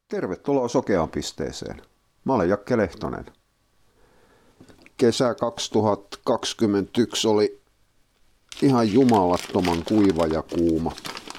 Tervetuloa Sokeaan pisteeseen. Mä olen Jakke Lehtonen. Kesä 2021 oli ihan jumalattoman kuiva ja kuuma.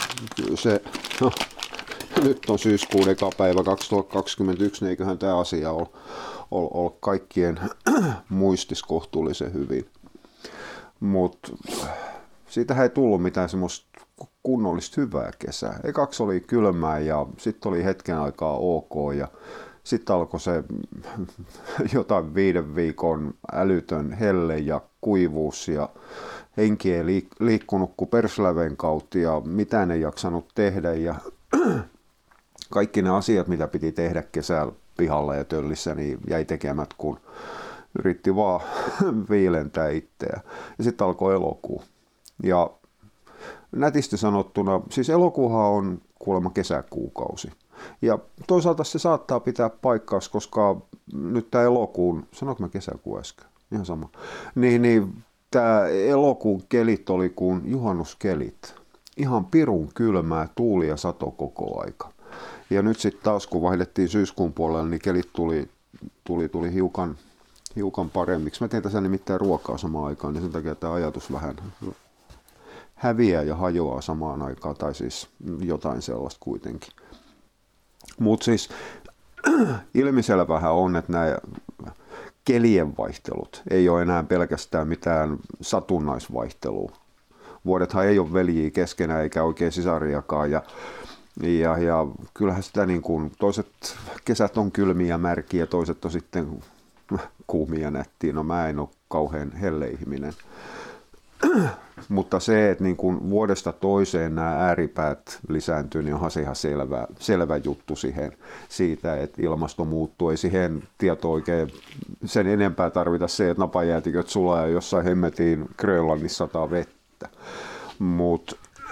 Nyt on syyskuun eka päivä 2021, niin eiköhän tämä asia ole kaikkien muistis kohtuullisen hyvin. Mutta siitähän ei tullut mitään semmoista kunnollista hyvää kesää. Ekaksi oli kylmää ja sitten oli hetken aikaa ok ja sitten alkoi se jotain 5 viikon älytön helle ja kuivuus ja henki ei liikkunut kuin persläven kautta ja mitään ei jaksanut tehdä ja kaikki ne asiat, mitä piti tehdä kesällä pihalla ja töllissä, niin jäi tekemät, kun yritti vaan viilentää itseä. Ja sitten alkoi elokuu. Ja nätisti sanottuna, siis elokuuhan on kuulemma kesäkuukausi. Ja toisaalta se saattaa pitää paikkaus, koska nyt tämä elokuun, sanoinko mä kesäkuu äsken? Ihan sama. Niin tämä elokuun kelit oli kuin juhannuskelit. Ihan pirun kylmää, tuuli ja sato koko aika. Ja nyt sitten taas kun vaihdettiin syyskuun puolelle, niin kelit tuli hiukan paremmiksi. Mä teen tässä nimittäin ruokaa samaan aikaan, niin sen takia tämä ajatus vähän häviää ja hajoaa samaan aikaan, tai siis jotain sellaista kuitenkin. Mutta siis ilmiselvähän on, että nämä kelien vaihtelut ei ole enää pelkästään mitään satunnaisvaihtelua. Vuodethan ei ole veljiä keskenään eikä oikein sisariakaan ja kyllähän sitä niin kuin, toiset kesät on kylmiä ja märkiä, toiset on sitten kuumia nättiä. No mä en ole kauhean helleihminen. Mutta se, että niin kuin vuodesta toiseen nämä ääripäät lisääntyy, niin onhan se ihan selvä juttu siitä, että ilmasto muuttuu. Ei siihen tietoa oikein sen enempää tarvita se, että napajäätiköt sulaa ja jossain hemmetiin Grönlannissa sataa vettä. Mutta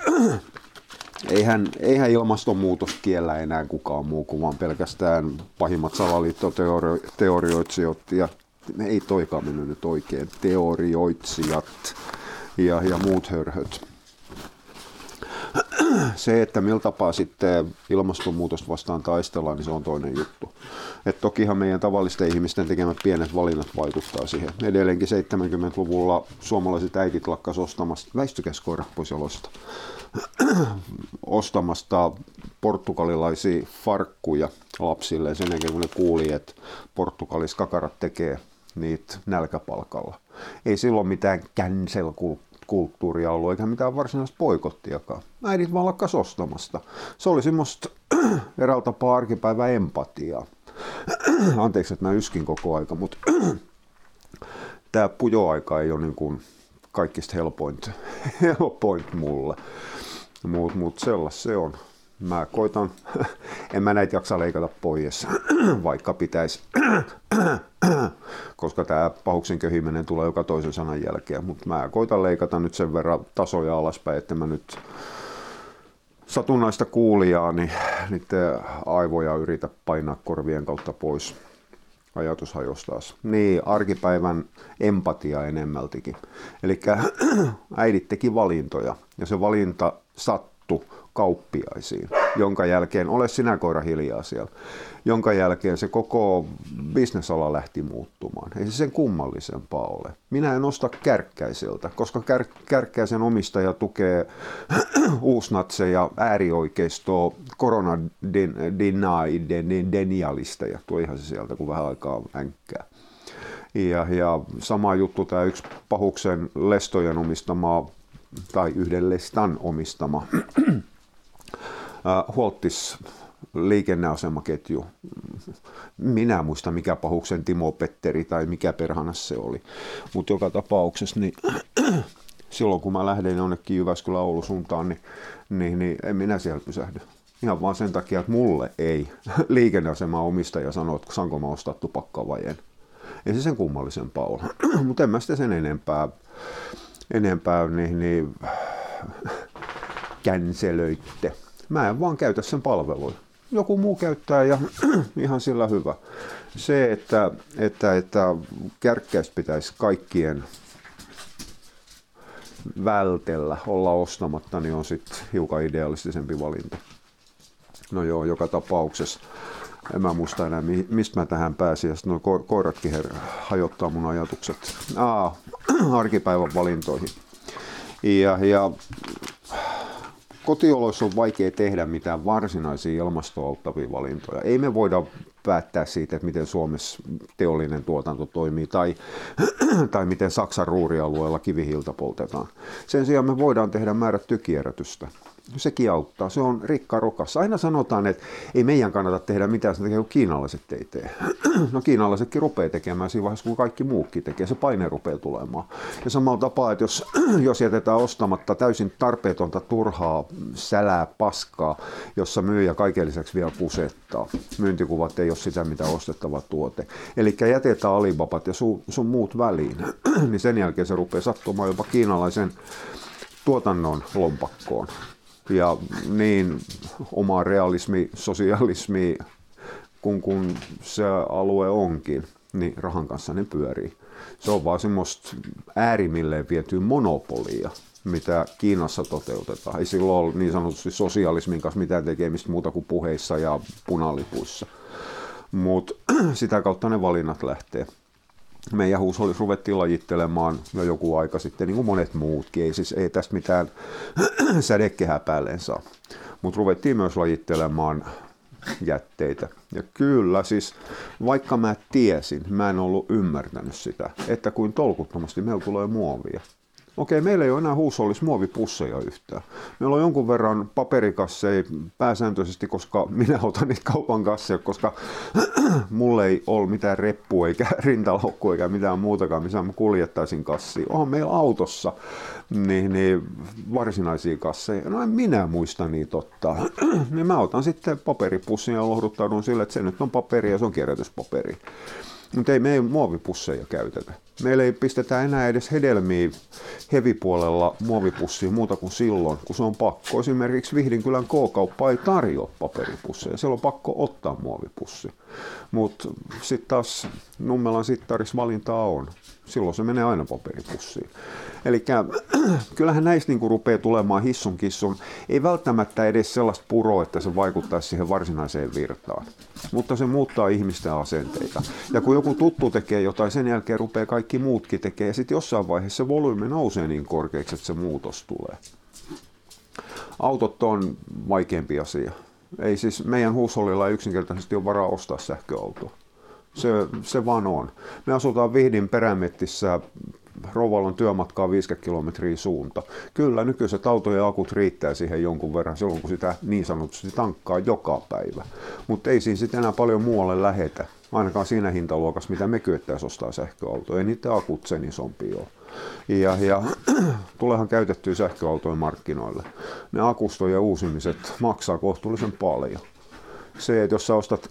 eihän ilmastonmuutos kiellä enää kukaan muu kuin vaan pelkästään pahimmat salaliittoteorioitsijat ja ei toikaan mennyt nyt oikein, teorioitsijat ja muut hörhöt. Se, että millä tapaa sitten ilmastonmuutosta vastaan taistellaan, niin se on toinen juttu. Et tokihan meidän tavallisten ihmisten tekemät pienet valinnat vaikuttaa siihen. Edelleenkin 70-luvulla suomalaiset äidit lakkas ostamasta, väistykäs koira pois jalosta, ostamasta portugalilaisia farkkuja lapsille sen jälkeen, kun ne kuuli, että Portugalissa kakarat tekee niitä nälkäpalkalla. Ei silloin mitään cancel-kulttuuria ollut, eikä mitään varsinaista boikottiakaan. Äidit vaan lakkas ostamasta. Se oli semmoista eräällä tapaa arkipäivän empatiaa. Anteeksi, että mä yskin koko aika, mutta tämä pujoaika ei ole niin kuin kaikista helpoint mulle. Mut sellas se on. Mä koitan, en mä näitä jaksa leikata pois, vaikka pitäisi, koska tää pahuksen köhiminen tulee joka toisen sanan jälkeen, mutta mä koitan leikata nyt sen verran tasoja alaspäin, että mä nyt satunnaista kuulijaa, niin niiden aivoja yritä painaa korvien kautta pois. Ajatus hajosi taas. Niin, arkipäivän empatia enemmältikin. Eli äidit teki valintoja ja se valinta sattui kauppiaisiin, jonka jälkeen, ole sinä koira hiljaa siellä, jonka jälkeen se koko bisnesala lähti muuttumaan. Ei se sen kummallisempaa ole. Minä en osta Kärkkäiseltä, koska Kärkkäisen omistaja tukee uusnatseja, äärioikeistoa, koronadenialisteja. Tuo ihan se sieltä, kun vähän aikaa änkkää. Ja sama juttu tämä yksi pahuksen lestojen omistama, tai yhden lestan omistama Huoltis liikenneasemaketju. Minä muista mikä pahuksen Timo Petteri tai mikä perhanas se oli. Mutta joka tapauksessa niin silloin kun mä lähdin jonnekin Jyväskylän Oulun suuntaan, niin en minä siellä pysähdy. Ihan vaan sen takia, että mulle ei liikenneaseman omistaja sano, että saanko mä ostaa tupakkaa vai en. Ei se sen kummallisempaa ole. Mutta en mä sitä sen enempää niin känselöitte. Mä en vaan käytä sen palveluja. Joku muu käyttää ja ihan sillä hyvä. Se, että Kärkkäistä pitäisi kaikkien vältellä, olla ostamatta, niin on sitten hiukan idealistisempi valinta. No joo, joka tapauksessa. En mä muista enää, mistä mä tähän pääsin. Ja sitten koiratkin hajottaa mun ajatukset. Arkipäivän valintoihin. Ja kotioloissa on vaikea tehdä mitään varsinaisia ilmastoa auttavia valintoja. Ei me voida päättää siitä, että miten Suomessa teollinen tuotanto toimii tai miten Saksan ruurialueella kivihiiltä poltetaan. Sen sijaan me voidaan tehdä määrättyä kierrätystä. Sekin auttaa. Se on rikka rokas. Aina sanotaan, että ei meidän kannata tehdä mitään, sen takia kun kiinalaiset ei tee. No kiinalaisetkin rupeaa tekemään siinä vaiheessa, kun kaikki muukin tekee. Se paine rupeaa tulemaan. Ja samalla tapaa, että jos jätetään ostamatta täysin tarpeetonta turhaa sälää paskaa, jossa myyjä kaiken lisäksi vielä kusettaa. Myyntikuvat ei ole sitä, mitä ostettava tuote. Eli jätetään Alibabat ja sun muut väliin. Niin sen jälkeen se rupeaa sattumaan jopa kiinalaisen tuotannon lompakkoon. Ja niin oma realismi, sosialismi, kun se alue onkin, niin rahan kanssa ne pyörii. Se on vaan semmoista äärimmilleen vietyä monopolia, mitä Kiinassa toteutetaan. Ei silloin ole niin sanotusti sosialismin kanssa mitään tekemistä muuta kuin puheissa ja punalipuissa. Mutta sitä kautta ne valinnat lähtee. Meidän huushollissa ruvettiin lajittelemaan jo joku aika sitten, niin kuin monet muutkin. Ei tästä mitään sädekehää päälleen saa. Mutta ruvettiin myös lajittelemaan jätteitä. Ja kyllä siis, vaikka mä tiesin, mä en ollut ymmärtänyt sitä, että kuin tolkuttomasti meillä tulee muovia. Okei, meillä ei ole enää huushollissa muovipusseja yhtään. Meillä on jonkun verran paperikasseja pääsääntöisesti, koska minä otan niitä kaupan kasseja, koska mulla ei ole mitään reppua eikä rintalaukkua eikä mitään muutakaan, missä mä kuljettaisin kassia. Onhan meillä autossa niin varsinaisia kasseja. No en minä muista niitä ottaa. Niin mä otan sitten paperipussin ja lohduttaudun sille, että se nyt on paperi ja se on kierrätyspaperi. Mutta ei meidän muovipusseja käytetä. Meillä ei pistetä enää edes hedelmiä hevipuolella muovipussiin muuta kuin silloin, kun se on pakko. Esimerkiksi Vihdinkylän K-kauppa ei tarjoa paperipusseja. Siellä on pakko ottaa muovipussi. Mutta sitten taas Nummelan sittarissa valintaa on. Silloin se menee aina paperipussiin. Eli kyllähän näistä niinku rupeaa tulemaan hissun kissun. Ei välttämättä edes sellaista puroa, että se vaikuttaisi siihen varsinaiseen virtaan. Mutta se muuttaa ihmisten asenteita. Ja kun joku tuttu tekee jotain, sen jälkeen rupeaa kaikki muutkin tekemään. Ja sitten jossain vaiheessa se volyymi nousee niin korkeaksi, että se muutos tulee. Autot on vaikeampi asia. Ei siis meidän huushollilla ei yksinkertaisesti ole varaa ostaa sähköautoa. Se vaan on. Me asutaan Vihdin Perämettissä, Rovallon työmatkaa 50 kilometriä suunta. Kyllä nykyiset autojen akut riittää siihen jonkun verran silloin, kun sitä niin sanotusti tankkaa joka päivä. Mutta ei siinä sitten enää paljon muualle lähetä, ainakaan siinä hintaluokassa, mitä me kyettäisiin ostaa sähköautoja. Ei niiden akut sen isompi ole. Ja tuleehan käytettyä sähköautojen markkinoille. Ne akustojen uusimiset maksaa kohtuullisen paljon. Se, että jos sä ostat,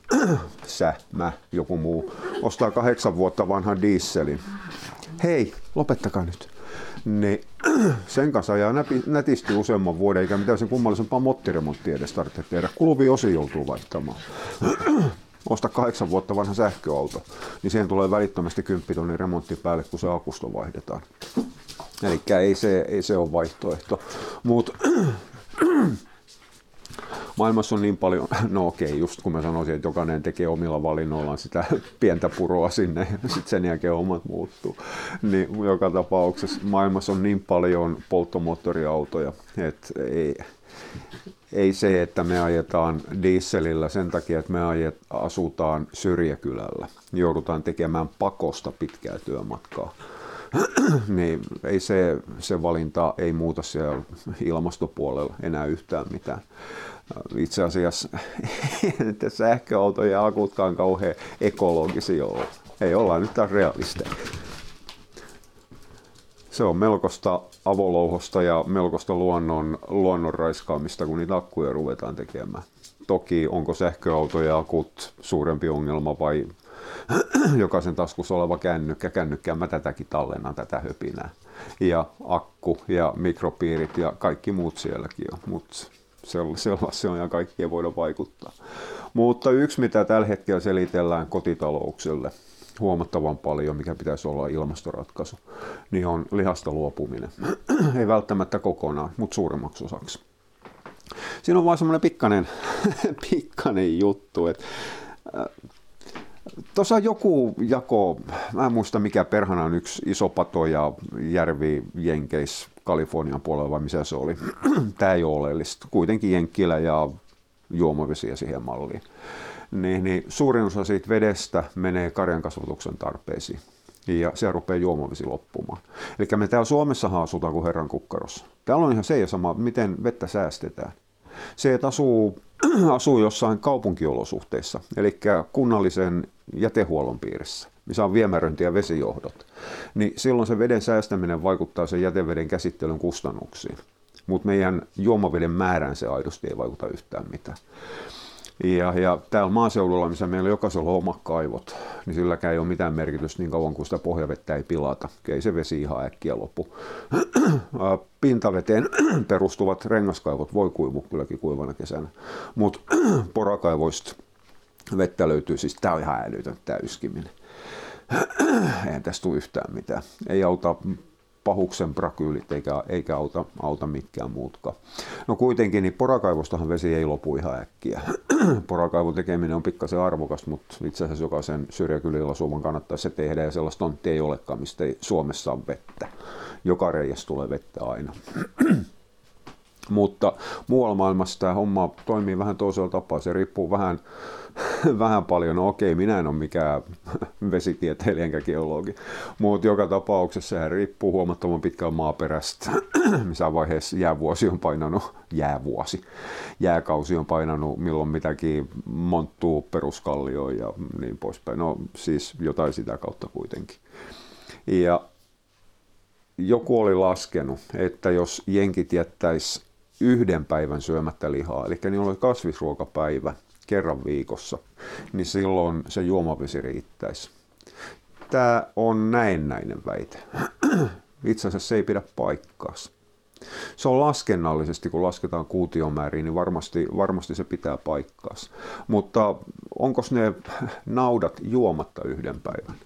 joku muu, ostaa 8 vuotta vanhan dieselin. Hei, lopettakaa nyt. Niin sen kanssa ajaa nätisti useamman vuoden, eikä mitään sen kummallisempaa mottiremonttia edes tarvitse tehdä. Kuluvia osia joutuu vaihtamaan. Osta 8 vuotta vanha sähköauto, niin siihen tulee välittömästi 10 000 remontti päälle, kun se akusto vaihdetaan. Eli ei se ole vaihtoehto. Mut maailmassa on niin paljon, no okei, just kun mä sanoisin, että jokainen tekee omilla valinnoillaan sitä pientä puroa sinne ja sitten sen jälkeen omat muuttuu. Niin joka tapauksessa maailmassa on niin paljon polttomoottoriautoja, että ei se, että me ajetaan dieselillä sen takia, että me asutaan syrjäkylällä. Joudutaan tekemään pakosta pitkää työmatkaa. Niin ei se valinta ei muuta siellä ilmastopuolella enää yhtään mitään. Itse asiassa että sähköautojen akutkaan kauhean ekologisia ole. Ei olla nyt taas realisteja. Se on melkoista avolouhosta ja melkoista luonnon raiskaamista, kun niitä akkuja ruvetaan tekemään. Toki onko sähköautojen akut suurempi ongelma vai jokaisen taskussa oleva kännykkään mä tätäkin tallennan, tätä höpinää. Ja akku ja mikropiirit ja kaikki muut sielläkin on, mutta sellaisia on ja kaikkea voida vaikuttaa. Mutta yksi, mitä tällä hetkellä selitellään kotitalouksille huomattavan paljon, mikä pitäisi olla ilmastoratkaisu, niin on lihasta luopuminen. Ei välttämättä kokonaan, mutta suuremmaksi osaksi. Siinä on vaan semmoinen pikkainen juttu, että Tuossa joku jako, mä en muista mikä perhana on yksi iso pato ja järvi Jenkeissä Kalifornian puolella vai missä se oli. Tämä ei ole oleellista. Kuitenkin Jenkkilä ja juomavesiä siihen malliin. Niin suurin osa siitä vedestä menee karjankasvatuksen tarpeisiin ja siellä rupeaa juomavesi loppumaan. Eli me täällä Suomessahan asutaan kuin herran kukkarossa. Täällä on ihan se ja sama, miten vettä säästetään. Se, että asuu jossain kaupunkiolosuhteissa, eli kunnallisen jätehuollon piirissä, missä on viemäröinti ja vesijohdot, niin silloin se veden säästäminen vaikuttaa sen jäteveden käsittelyn kustannuksiin. Mutta meidän juomaveden määrään se aidosti ei vaikuta yhtään mitään. Ja täällä maaseudulla, missä meillä jokaisella on omat kaivot, niin silläkään ei ole mitään merkitystä niin kauan kuin sitä pohjavettä ei pilata. Ei se vesi ihan äkkiä lopu. Pintaveteen perustuvat rengaskaivot voi kuivua kylläkin kuivana kesänä, mutta porakaivoista vettä löytyy, siis tää on ihan älytön täyskiminen. Eihän tästä tule yhtään mitään. Ei auta pahuksen brakyylit eikä auta mitkään muutkaan. No kuitenkin, niin porakaivostahan vesi ei lopu ihan äkkiä. Porakaivon tekeminen on pikkasen arvokas, mutta itse asiassa jokaisen syrjäkylillä asuvan kannattaisi se tehdä, ja sellaista tonttia ei olekaan, mistä ei Suomessa on vettä. Joka reiässä tulee vettä aina. Mutta muualla maailmassa tämä homma toimii vähän toisella tapaa. Se riippuu vähän paljon. No okei, minä en ole mikään vesitieteilijä enkä geologi, mutta joka tapauksessa sehän riippuu huomattavan pitkään maaperästä, missä vaiheessa jääkausi on painanut milloin mitäkin monttuu peruskallioon ja niin poispäin. No siis jotain sitä kautta kuitenkin. Ja joku oli laskenut, että jos jenkit jättäisi yhden päivän syömättä lihaa, eli niillä oli kasvisruokapäivä kerran viikossa, niin silloin se juomavesi riittäisi. Tämä on näennäinen väite. Itse asiassa se ei pidä paikkaansa. Se on laskennallisesti, kun lasketaan kuutiomääriin, niin varmasti se pitää paikkaansa. Mutta onko ne naudat juomatta yhden päivän?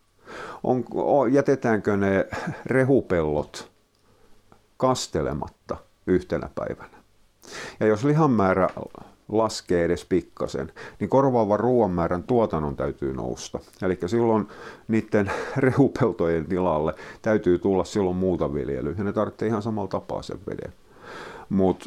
Jätetäänkö ne rehupellot kastelematta yhtenä päivänä? Ja jos lihan määrä laskee edes pikkasen, niin korvaavan ruoan määrän tuotannon täytyy nousta. Eli silloin niiden rehupeltojen tilalle täytyy tulla silloin muuta viljelyä, ja ne tarvitsee ihan samalla tapaa sen veden. Mutta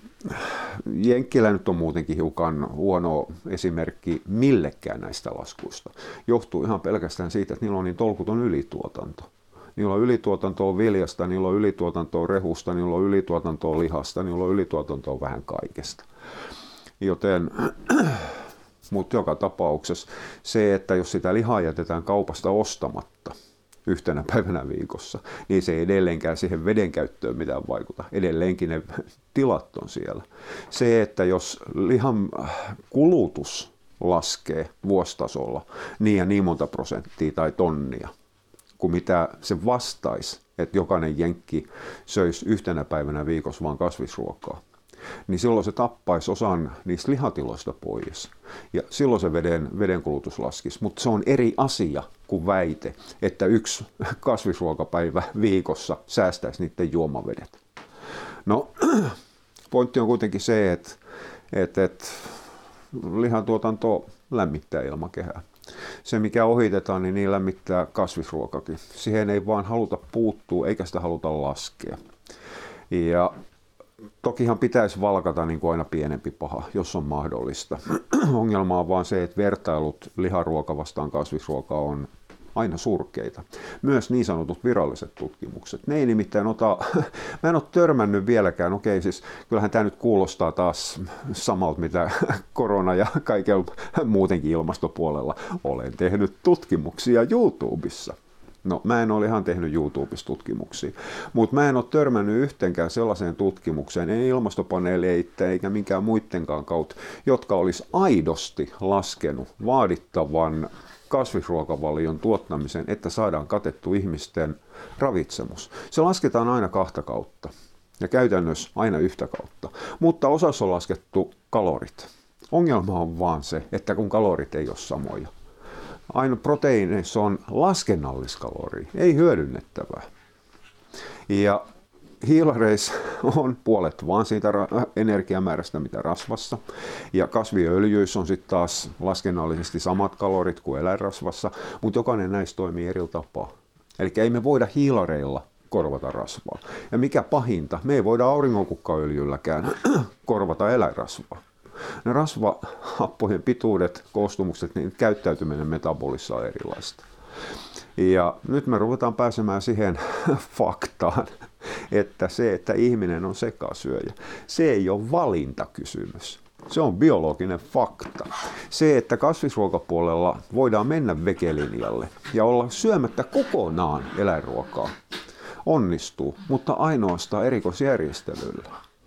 Jenkkilä nyt on muutenkin hiukan huono esimerkki millekään näistä laskuista. Johtuu ihan pelkästään siitä, että niillä on niin tolkuton ylituotanto. Niillä on ylituotantoa viljasta, niillä on ylituotantoa rehusta, niillä on ylituotantoa lihasta, niillä on ylituotantoa vähän kaikesta. Joten, mutta joka tapauksessa se, että jos sitä lihaa jätetään kaupasta ostamatta yhtenä päivänä viikossa, niin se ei edelleenkään siihen veden käyttöön mitään vaikuta. Edelleenkin ne tilat on siellä. Se, että jos lihan kulutus laskee vuositasolla niin ja niin monta prosenttia tai tonnia, kuin mitä se vastaisi, että jokainen jenkki söisi yhtenä päivänä viikossa vaan kasvisruokaa, niin silloin se tappaisi osan niistä lihatiloista pois. Ja silloin se vedenkulutus laskisi. Mutta se on eri asia kuin väite, että yksi kasvisruokapäivä viikossa säästäisi niiden juomavedet. No, pointti on kuitenkin se, että lihantuotanto lämmittää ilmakehää. Se, mikä ohitetaan, niin lämmittää kasvisruokakin. Siihen ei vaan haluta puuttua, eikä sitä haluta laskea. Ja tokihan pitäisi valkata niin kuin aina pienempi paha, jos on mahdollista. Ongelma on vaan se, että vertailut liharuoka vastaan kasvisruoka on aina surkeita. Myös niin sanotut viralliset tutkimukset. Ne ei nimittäin mä en ole törmännyt vieläkään, siis kyllähän tämä nyt kuulostaa taas samalta, mitä korona ja kaikella muutenkin ilmastopuolella. Olen tehnyt tutkimuksia YouTubessa. No, mä en ole ihan tehnyt YouTubessa tutkimuksia, mutta mä en ole törmännyt yhtenkään sellaiseen tutkimukseen, ei ilmastopaneeleita eikä minkään muidenkaan kautta, jotka olisi aidosti laskenut vaadittavan kasvisruokavalion tuottamisen, että saadaan katettu ihmisten ravitsemus. Se lasketaan aina kahta kautta ja käytännössä aina yhtä kautta, mutta osassa on laskettu kalorit. Ongelma on vaan se, että kun kalorit ei ole samoja. Aina proteiineissa on laskennalliskaloria, ei hyödynnettävää. Ja hiilareissa on puolet vaan siitä energiamäärästä, mitä rasvassa. Ja kasviöljyissä on sitten taas laskennallisesti samat kalorit kuin eläinrasvassa, mutta jokainen näistä toimii eri tapaa. Eli ei me voida hiilareilla korvata rasvaa. Ja mikä pahinta, me ei voida auringonkukkaöljylläkään korvata eläinrasvaa. Ne rasvahappojen pituudet, koostumukset, niin käyttäytyminen metabolissa on erilaista. Ja nyt me ruvetaan pääsemään siihen faktaan, että se, että ihminen on sekasyöjä, se ei ole valintakysymys. Se on biologinen fakta. Se, että kasvisruokapuolella voidaan mennä vegelinjalle ja olla syömättä kokonaan eläinruokaa, onnistuu, mutta ainoastaan erikoisjärjestelyllä.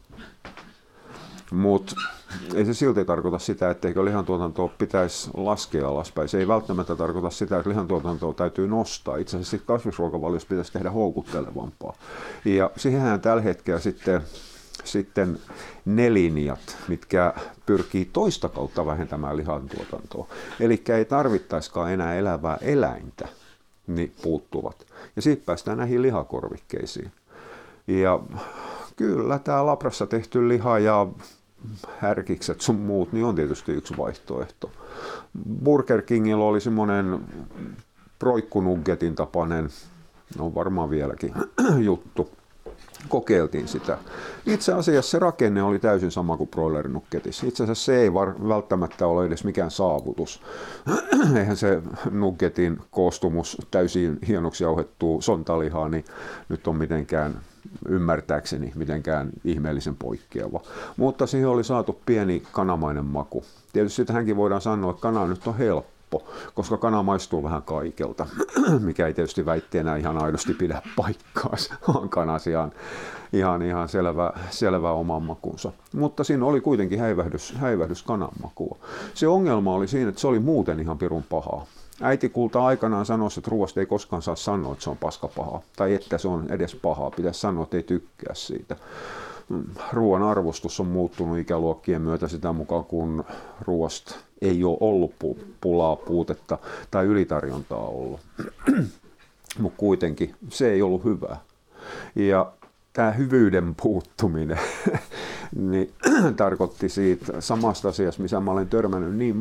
Mutta ei se silti tarkoita sitä, etteikö lihantuotantoa pitäisi laskea alaspäin. Se ei välttämättä tarkoita sitä, että lihantuotantoa täytyy nostaa. Itse asiassa kasvisruokavaliossa pitäisi tehdä houkuttelevampaa. Ja siihenhän tällä hetkellä sitten ne linjat, mitkä pyrkii toista kautta vähentämään lihantuotantoa. Eli ei tarvittaisikaan enää elävää eläintä, niin puuttuvat. Ja siitä päästään näihin lihakorvikkeisiin. Ja kyllä tämä labrassa tehty liha ja härkikset sun muut, niin on tietysti yksi vaihtoehto. Burger Kingillä oli semmoinen proikkunuggetin tapainen, on varmaan vieläkin juttu. Kokeiltiin sitä. Itse asiassa se rakenne oli täysin sama kuin broiler-nuggetissa. Itse asiassa se ei välttämättä ole edes mikään saavutus. Eihän se nuggetin koostumus täysin hienoksi jauhettua sontalihaa, niin nyt on mitenkään ymmärtääkseni mitenkään ihmeellisen poikkeava. Mutta siihen oli saatu pieni kanamainen maku. Tietysti sitähänkin voidaan sanoa, että kana nyt on helppo, koska kana maistuu vähän kaikelta, mikä ei tietysti väitteenä ihan aidosti pidä paikkaansa, vaan kanasiaan ihan selvä oman makunsa. Mutta siinä oli kuitenkin häivähdys kananmakua. Se ongelma oli siinä, että se oli muuten ihan pirun pahaa. Äiti kulta aikanaan sanoi, että ruoasta ei koskaan saa sanoa, että se on paskapahaa, tai että se on edes pahaa. Pitäisi sanoa, että ei tykkää siitä. Ruoan arvostus on muuttunut ikäluokkien myötä sitä mukaan, kun ruoasta ei ole ollut pulaa, puutetta tai ylitarjontaa ollut. Mutta kuitenkin se ei ollut hyvä. Ja tämä hyvyyden puuttuminen niin tarkoitti siitä samasta asiasta, missä mä olen törmännyt niin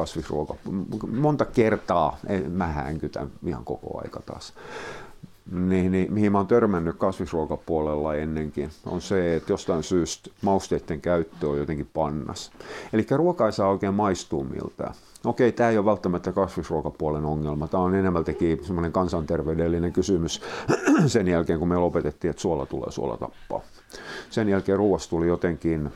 monta kertaa, mä hänkytän ihan koko aika taas, mihin mä oon törmännyt kasvisruokapuolella ennenkin, on se, että jostain syystä mausteiden käyttö on jotenkin pannas. Eli ruoka ei saa oikein maistua miltään. Okei, tämä ei ole välttämättä kasvisruokapuolen ongelma. Tämä on enemmältäkin semmoinen kansanterveydellinen kysymys sen jälkeen, kun me lopetettiin, että suola tappaa. Sen jälkeen ruoasta tuli jotenkin,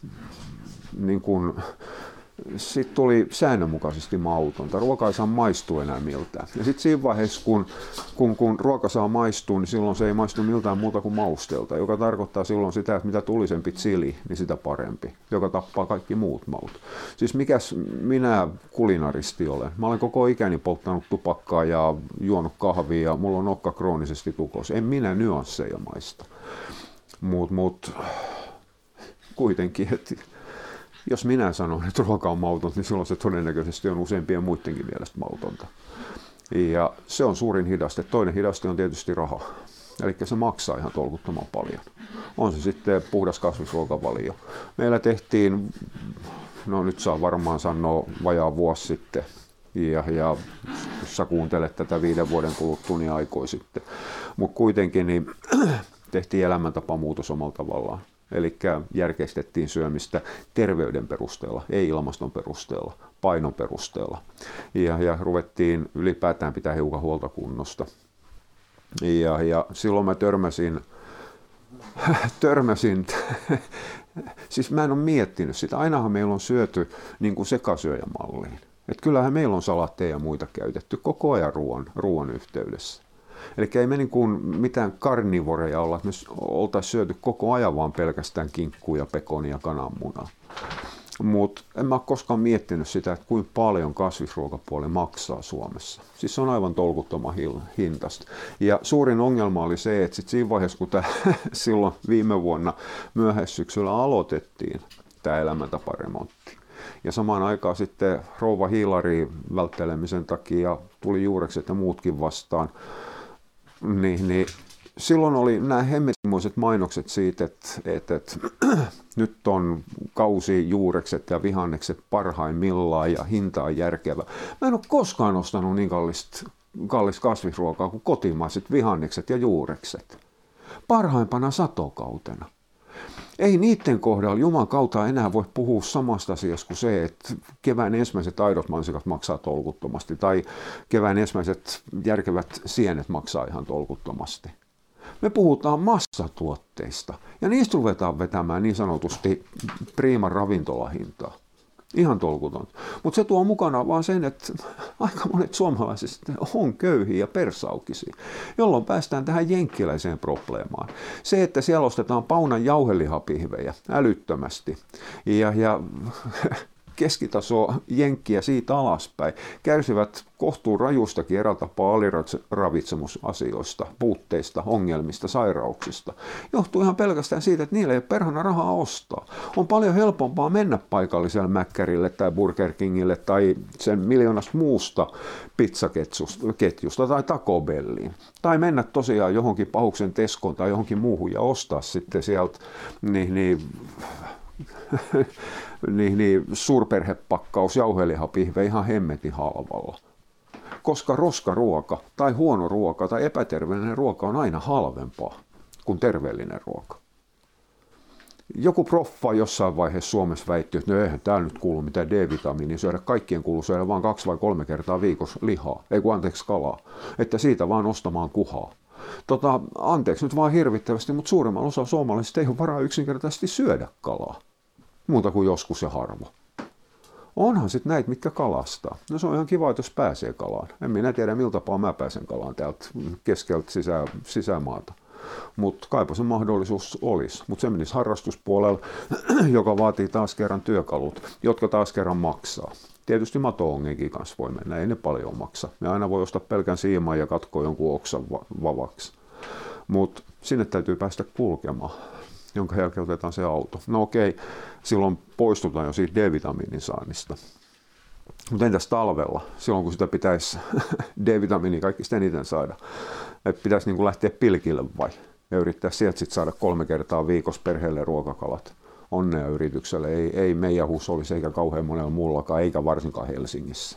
niin kuin, sitten tuli säännönmukaisesti mautonta. Ruoka ei saa maistua enää miltään. Ja sitten siinä vaiheessa, kun ruoka saa maistua, niin silloin se ei maistu miltään muuta kuin mausteelta, joka tarkoittaa silloin sitä, että mitä tulisempi chili, niin sitä parempi, joka tappaa kaikki muut maut. Siis mikäs minä kulinaristi olen? Mä olen koko ikäni polttanut tupakkaa ja juonut kahvia ja mulla on nokka kroonisesti tukossa. En minä nyansseja maista. Mut kuitenkin, että jos minä sanon, että ruoka on mautonta, niin silloin se todennäköisesti on useimpien muidenkin mielestä mautonta. Ja se on suurin hidaste. Toinen hidaste on tietysti raha. Eli se maksaa ihan tolkuttoman paljon. On se sitten puhdas kasvisruokavalio. Meillä tehtiin, no nyt saa varmaan sanoa vajaa vuosi sitten. Ja jos sä kuuntelet tätä 5 vuoden kuluttua, niin aikoi sitten. Mutta kuitenkin niin tehtiin elämäntapamuutos omalla tavallaan. Eli järkeistettiin syömistä terveyden perusteella, ei ilmaston perusteella, painon perusteella. Ja ruvettiin ylipäätään pitää hiukan huolta kunnosta. Ja silloin mä törmäsin siis mä en ole miettinyt sitä. Ainahan meillä on syöty niin kuin sekasyöjämalliin. Että kyllähän meillä on salatteja ja muita käytetty koko ajan ruoan yhteydessä. Eli ei me niin kuin mitään karnivoreja olla, että me oltaisiin syöty koko ajan vaan pelkästään kinkkuja, pekonia ja kananmunaa. Mutta en mä ole koskaan miettinyt sitä, että kuinka paljon kasvisruokapuoli maksaa Suomessa. Siis se on aivan tolkuttoman hintasta. Ja suurin ongelma oli se, että sit siinä vaiheessa, kun silloin viime vuonna myöhäissyksyllä aloitettiin tämä elämäntaparemontti. Ja samaan aikaan sitten rouva hiilari välttelemisen takia tuli juurekset ja muutkin vastaan. Niin silloin oli nämä hemmetimoiset mainokset siitä, että nyt on kausi juurekset ja vihannekset parhaimmillaan ja hinta on järkevä. Mä en ole koskaan ostanut niin kallista kasvisruokaa kuin kotimaiset vihannekset ja juurekset. Parhaimpana satokautena. Ei niiden kohdalla Juman kautta enää voi puhua samasta asiasta kuin se, että kevään ensimmäiset aidot mansikat maksaa tolkuttomasti tai kevään ensimmäiset järkevät sienet maksaa ihan tolkuttomasti. Me puhutaan massatuotteista ja niistä ruvetaan vetämään niin sanotusti priiman ravintolahintaa. Ihan tolkuton. Mutta se tuo mukana vaan sen, että aika monet suomalaiset on köyhiä ja persaukisia, jolloin päästään tähän jenkkiläiseen probleemaan. Se, että siellä ostetaan paunan jauhelihapihvejä älyttömästi ja keskitaso jenkkiä siitä alaspäin kärsivät kohtuun rajustakin erää tapaa aliravitsemusasioista, puutteista, ongelmista, sairauksista. Johtuu ihan pelkästään siitä, että niillä ei ole perhana rahaa ostaa. On paljon helpompaa mennä paikalliselle Mäkkärille tai Burger Kingille tai sen miljoonasta muusta pizzaketjusta tai Taco Belliin. Tai mennä tosiaan johonkin pahuksen Tescoon tai johonkin muuhun ja ostaa sitten sieltä suurperhepakkaus jauhelihapihve ihan hemmetin halvalla. Koska roskaruoka tai huono ruoka tai epäterveellinen ruoka on aina halvempaa kuin terveellinen ruoka. Joku proffa jossain vaiheessa Suomessa väitti, että no eihän täällä nyt kuulu mitään D-vitamiinia syödä, kaikkien kuuluu syödä vaan 2 vai 3 kertaa viikossa lihaa, kalaa, että siitä vaan ostamaan kuhaa. Anteeksi nyt vaan hirvittävästi, mutta suurimman osa suomalaisista ei ole varaa yksinkertaisesti syödä kalaa. Muuta kuin joskus ja harvo. Onhan sitten näitä, mitkä kalastaa. No se on ihan kiva, että jos pääsee kalaan. En minä tiedä, miltä tapaa mä pääsen kalaan täältä keskeltä sisämaata. Mutta kaipa se mahdollisuus olisi. Mutta se menisi harrastuspuolella, joka vaatii taas kerran työkalut, jotka taas kerran maksaa. Tietysti mato-ongenkin kanssa voi mennä, ei ne paljon maksa. Me aina voi ostaa pelkän siiman ja katkoa jonkun oksan vavaksi. Mutta sinne täytyy päästä kulkemaan, jonka jälkeen otetaan se auto. No okei, silloin poistutaan jo siitä D-vitamiinin saannista. Mutta entäs talvella, silloin kun sitä pitäisi D-vitamiinia kaikista eniten saada, että pitäisi niin kuin lähteä pilkille vai? Ja yrittää sieltä sitten saada 3 kertaa viikossa perheelle ruokakalat. Onnea yritykselle, ei meidän huushollissa eikä kauhean monella muullakaan, eikä varsinkaan Helsingissä.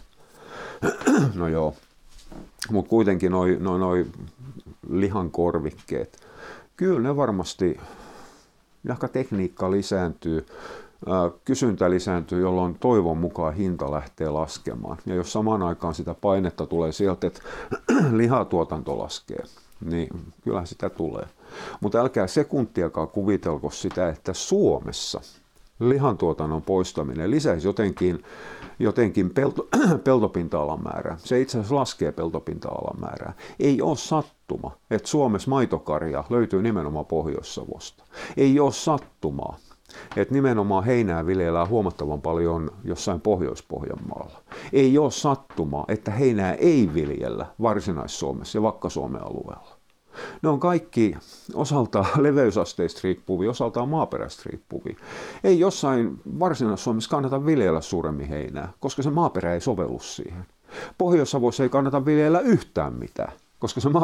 No joo, mutta kuitenkin noi lihankorvikkeet, kyllä ne varmasti, tekniikka lisääntyy, kysyntä lisääntyy, jolloin toivon mukaan hinta lähtee laskemaan. Ja jos samaan aikaan sitä painetta tulee sieltä, että lihatuotanto laskee, niin kyllähän sitä tulee. Mutta älkää sekuntiakaan kuvitelko sitä, että Suomessa lihantuotannon poistaminen lisäisi jotenkin peltopinta-alan määrää. Se itse asiassa laskee peltopinta-alan määrää. Ei ole sattuma, että Suomessa maitokarja löytyy nimenomaan Pohjois-Savosta. Ei ole sattumaa, että nimenomaan heinää viljellään huomattavan paljon jossain Pohjois-Pohjanmaalla. Ei ole sattumaa, että heinää ei viljellä Varsinais-Suomessa ja Vakka-Suomen alueella. Ne on kaikki osaltaan leveysasteista riippuvia, osaltaan maaperästä riippuvia. Ei jossain Varsinais-Suomessa kannata viljellä suuremmin heinää, koska se maaperä ei sovellu siihen. Pohjois-Savossa ei kannata viljellä yhtään mitään, koska se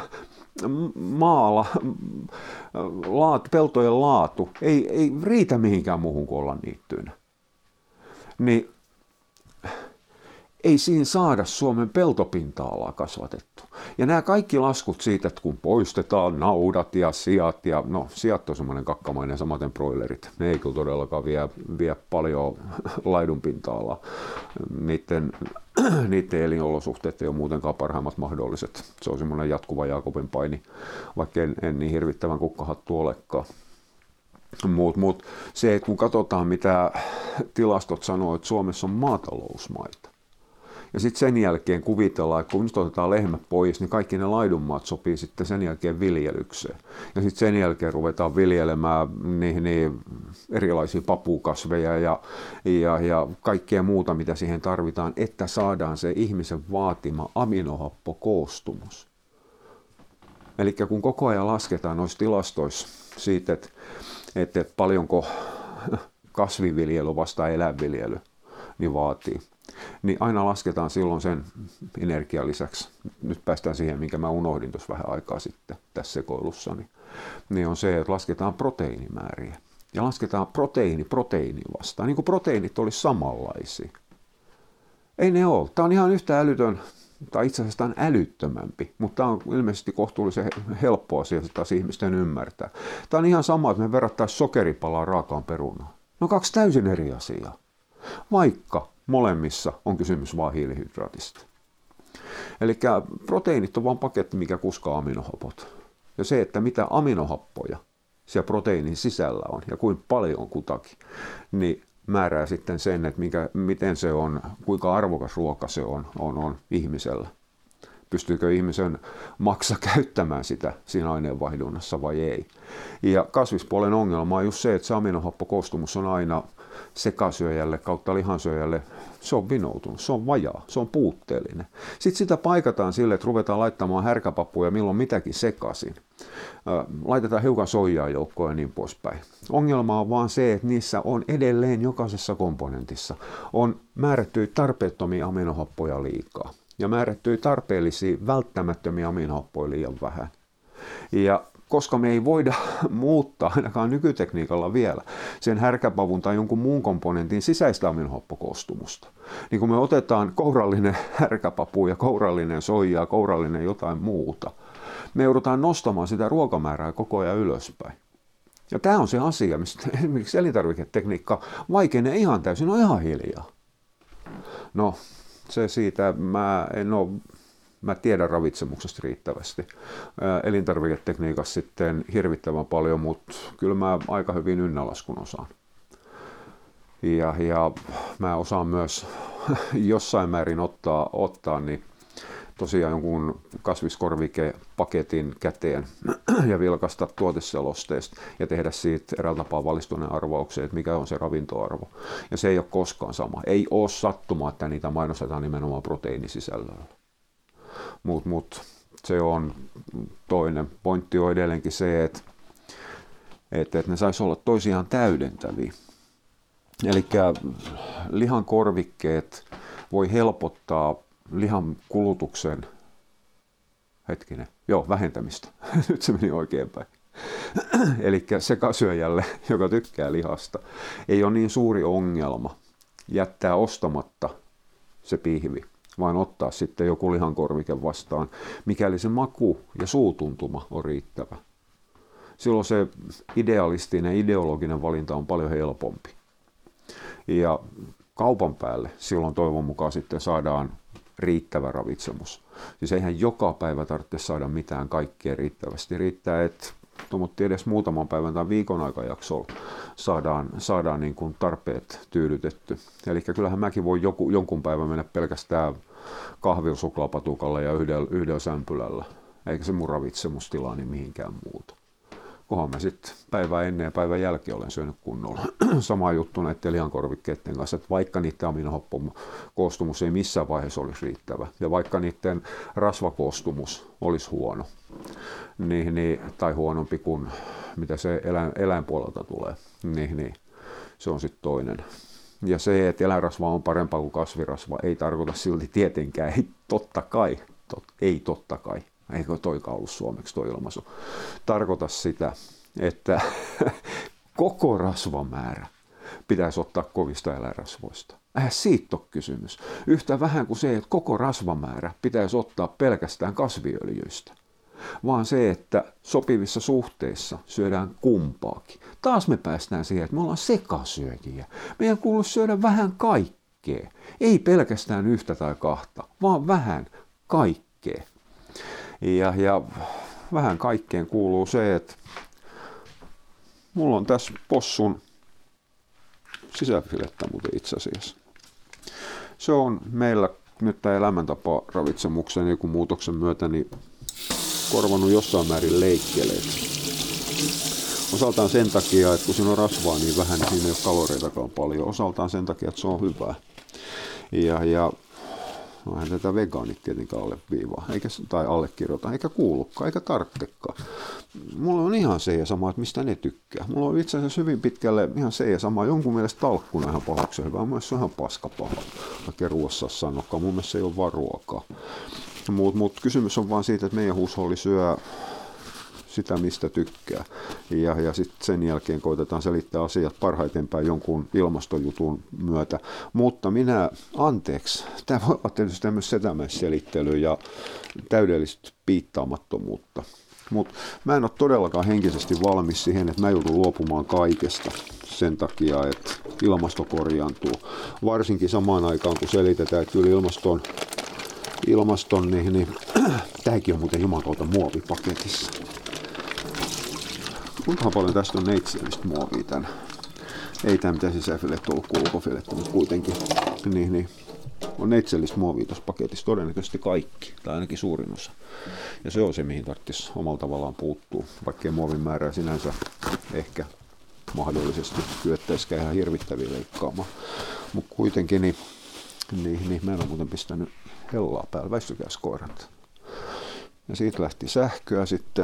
peltojen laatu ei riitä mihinkään muuhun kuin olla niittyynä. Niin ei siinä saada Suomen peltopinta-alaa kasvatettu. Ja nämä kaikki laskut siitä, että kun poistetaan naudat ja siat, ja no siat on semmoinen kakkamainen, samaten broilerit, ne ei kyllä todellakaan vie paljon laidunpinta-alaa. Niiden elinolosuhteet ei ole muutenkaan parhaimmat mahdolliset. Se on semmoinen jatkuva Jaakobin paini, vaikka en niin hirvittävän kukkahattu olekaan. Mut se, että kun katsotaan mitä tilastot sanoo, että Suomessa on maatalousmaita, ja sitten sen jälkeen kuvitellaan, että kun nyt otetaan lehmät pois, niin kaikki ne laidunmaat sopii sitten sen jälkeen viljelykseen. Ja sitten sen jälkeen ruvetaan viljelemään niihin erilaisia papuukasveja ja kaikkea muuta, mitä siihen tarvitaan, että saadaan se ihmisen vaatima aminohappokoostumus. Eli kun koko ajan lasketaan noissa tilastoissa siitä, että paljonko kasviviljely vastaan eläinviljely niin vaatii, niin aina lasketaan silloin sen energian lisäksi. Nyt päästään siihen, minkä mä unohdin tuossa vähän aikaa sitten tässä sekoilussani. Niin on se, että lasketaan proteiinimääriä. Ja lasketaan proteiini vastaan, niin kuin proteiinit olisi samanlaisia. Ei ne ole. Tämä on ihan yhtä älytön, tai itse asiassa tämä on älyttömämpi, mutta tämä on ilmeisesti kohtuullisen helppo asia taas ihmisten ymmärtää. Tämä on ihan sama, että me verrattaisiin sokeripalaa raakaan perunaan. No 2 täysin eri asiaa, vaikka molemmissa on kysymys vain hiilihydraatista. Eli proteiinit on vain paketti, mikä kuskaa aminohapot. Ja se, että mitä aminohappoja siellä proteiinin sisällä on ja kuinka paljon kutakin, niin määrää sitten sen, että miten se on, kuinka arvokas ruoka se on ihmisellä. Pystyykö ihmisen maksa käyttämään sitä siinä aineenvaihdunnassa vai ei. Ja kasvispuolen ongelma on just se, että se aminohappokoostumus on aina sekasyöjälle kautta lihansyöjälle, se on vinoutunut, se on vajaa, se on puutteellinen. Sitten sitä paikataan sille, että ruvetaan laittamaan härkäpapuja milloin mitäkin sekaisin. Laitetaan hiukan soijaa joukkoon ja niin poispäin. Ongelma on vaan se, että niissä on edelleen jokaisessa komponentissa on määrättyjä tarpeettomia aminohappoja liikaa ja määrättyjä tarpeellisia välttämättömiä aminohappoja liian vähän. Ja koska me ei voida muuttaa ainakaan nykytekniikalla vielä sen härkäpavun tai jonkun muun komponentin sisäistä aminohappokoostumusta, niin kun me otetaan kourallinen härkäpapu ja kourallinen soijaa, kourallinen jotain muuta, me joudutaan nostamaan sitä ruokamäärää koko ajan ylöspäin. Ja tämä on se asia, mistä esimerkiksi elintarviketekniikka vaikenee ihan täysin, on ihan hiljaa. No, se siitä, mä tiedän ravitsemuksesta riittävästi. Elintarviketekniikassa sitten hirvittävän paljon, mutta kyllä mä aika hyvin ynnälaskun osaan. Ja mä osaan myös jossain määrin ottaa niin tosiaan jonkun kasviskorvikepaketin käteen ja vilkaista tuoteselosteesta ja tehdä siitä eräällä tapaa valistuneen arvauksen, että mikä on se ravintoarvo. Ja se ei ole koskaan sama. Ei ole sattumaa, että niitä mainostetaan nimenomaan proteiinisisällöllä. Mut se on toinen. Pointti on edelleenkin se, että ne saisi olla toisiaan täydentäviä. Eli lihan korvikkeet voi helpottaa lihan kulutuksen vähentämistä. Nyt se meni oikeinpäin. Eli sekasyöjälle, joka tykkää lihasta, ei ole niin suuri ongelma jättää ostamatta se pihvi, vaan ottaa sitten joku lihankorvike vastaan, mikäli se maku ja suutuntuma on riittävä. Silloin se idealistinen, ideologinen valinta on paljon helpompi. Ja kaupan päälle silloin toivon mukaan sitten saadaan riittävä ravitsemus. Siis eihän joka päivä tarvitse saada mitään kaikkea riittävästi. Riittää, että edes muutaman päivän tai viikon aikajaksolla saadaan niin kuin tarpeet tyydytetty. Eli kyllähän mäkin voi jonkun päivän mennä pelkästään kahvilla suklaapatukalle ja yhdellä sämpylällä. Eikä se mun ravitsemustila niin mihinkään muuta. Kunhan mä sitten päivää ennen ja päivän jälkeen olen syönyt kunnolla. Sama juttu näiden lihankorvikkeiden kanssa, että vaikka niiden aminohappokoostumus ei missään vaiheessa olisi riittävä, ja vaikka niiden rasvakoostumus olisi huono, tai huonompi kuin mitä se eläinpuolelta tulee, niin se on sitten toinen. Ja se, että eläinrasva on parempaa kuin kasvirasva, ei tarkoita silti tietenkään, ei totta kai. Eikö toikaan ollut suomeksi toi ilmaisu? Tarkoita sitä, että koko rasvamäärä pitäisi ottaa kovista eläinrasvoista. Siitä on kysymys. Yhtä vähän kuin se, että koko rasvamäärä pitäisi ottaa pelkästään kasviöljyistä. Vaan se, että sopivissa suhteissa syödään kumpaakin. Taas me päästään siihen, että me ollaan sekasyöjiä. Meidän kuuluu syödä vähän kaikkea. Ei pelkästään yhtä tai kahta, vaan vähän kaikkea. Ja vähän kaikkeen kuuluu se, että mulla on tässä possun sisäfilettä muuten itse asiassa. Se on meillä nyt tämä elämäntapa ravitsemuksen joku muutoksen myötä niin korvannut jossain määrin leikkeleitä. Osaltaan sen takia, että kun siinä on rasvaa niin vähän, niin siinä ei ole kaloreitakaan paljon. Osaltaan sen takia, että se on hyvää. Ja No eihän tätä vegaanit tietenkään alleviivaa, tai allekirjoita, eikä kuulukaan, eikä tarvitsekaan. Mulla on ihan se ja sama, että mistä ne tykkää. Mulla on itse asiassa hyvin pitkälle ihan se ja sama. Jonkun mielestä talkkuna ihan pahaksi hyvä. Mun mielestä se on ihan paskapaha. Vaikka ruoassa sanokaan. Mun mielestä se ei ole vaan ruokaa. Mut kysymys on vaan siitä, että meidän huusholli syö sitä, mistä tykkää. Ja sitten sen jälkeen koitetaan selittää asiat parhaiten päin jonkun ilmastojutun myötä. Mutta tämä voi olla tietysti tämmöistä setämäisselittelyä ja täydellistä piittaamattomuutta. Mutta mä en ole todellakaan henkisesti valmis siihen, että mä joudun luopumaan kaikesta sen takia, että ilmasto korjaantuu. Varsinkin samaan aikaan, kun selitetään, että kyllä ilmaston niin tämäkin on muuten jumakauta muovipaketissa. Kuinka paljon tästä on neitsellistä muovia tänne? Ei tämä mitään sisäfilettä ollut kuin ulkofilettä, mutta kuitenkin. Niin. On neitsellistä muovia tuossa paketissa todennäköisesti kaikki, tai ainakin suurin osa. Ja se on se, mihin tarvitsisi omalla tavallaan puuttua, vaikkei muovin määrää sinänsä ehkä mahdollisesti kyettäisikään ihan hirvittäviä leikkaamaan. Mutta kuitenkin, niin mä en ole muuten pistänyt hellaa päällä, väistykääs koirat. Ja siitä lähti sähköä sitten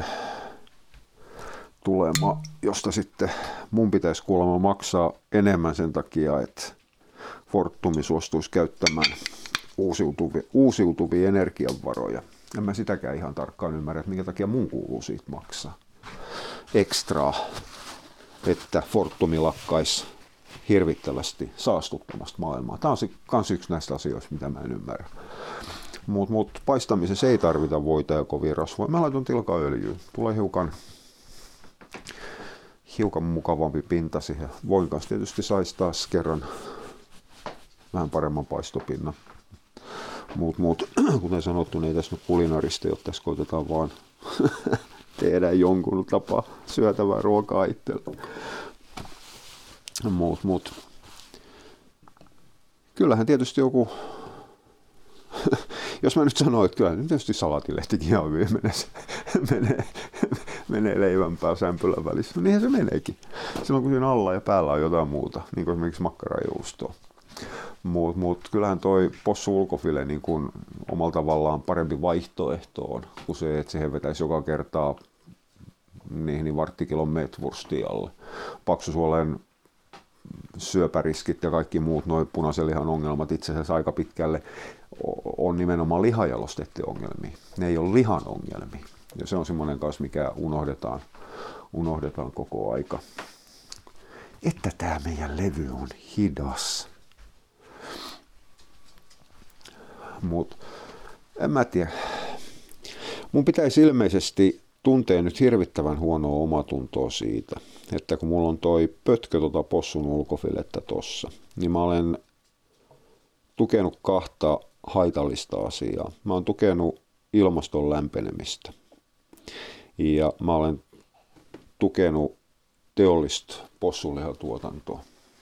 tulema, josta sitten mun pitäisi kuulemma maksaa enemmän sen takia, että Fortumi suostuisi käyttämään uusiutuvia energianvaroja. En mä sitäkään ihan tarkkaan ymmärrä, että minkä takia mun kuuluu siitä maksaa ekstraa, että Fortumi lakkaisi hirvittävästi saastuttamasta maailmaa. Tämä on myös yksi näistä asioista, mitä mä en ymmärrä. Mutta paistamisessa ei tarvita voita ja kovia rasvoja. Mä laitan tilkaöljyä. Tulee hiukan mukavampi pinta siihen. Voin kanssa tietysti saisi taas kerran vähän paremman paistopinnan. Mut kuten sanottu, niin ei tässä nyt kulinarista, jotta tässä koitetaan vaan tehdä jonkun tapaa syötävää ruokaa itselle. Mut kyllähän tietysti joku, jos mä nyt sanoin, että kyllähän tietysti salatilehtikin ihan hyvin menee leivän päällä sämpylän välissä. No niinhän se meneekin. Silloin kun siinä alla ja päällä on jotain muuta, niin kuin esimerkiksi makkarajuustoa. Mut kyllähän toi possu ulkofile niin kuin omalla tavallaan parempi vaihtoehto on kuin se, että siihen vetäisi joka kertaa niin varttikilon metvurstia alle. Paksusuolen syöpäriskit ja kaikki muut noin punaisen lihan ongelmat itse asiassa aika pitkälle on nimenomaan lihajalosteiden ongelmia. Ne ei ole lihan ongelmia. Ja se on semmoinen kanssa, mikä unohdetaan koko aika. Että tämä meidän levy on hidas. Mut en mä tiedä. Mun pitäisi ilmeisesti tuntea nyt hirvittävän huonoa omatuntoa siitä, että kun mulla on toi pötkö possun ulkofilettä tossa, niin mä olen tukenut kahta haitallista asiaa. Mä oon tukenut ilmaston lämpenemistä ja mä olen tukenut teollista possunlihatuotantoa.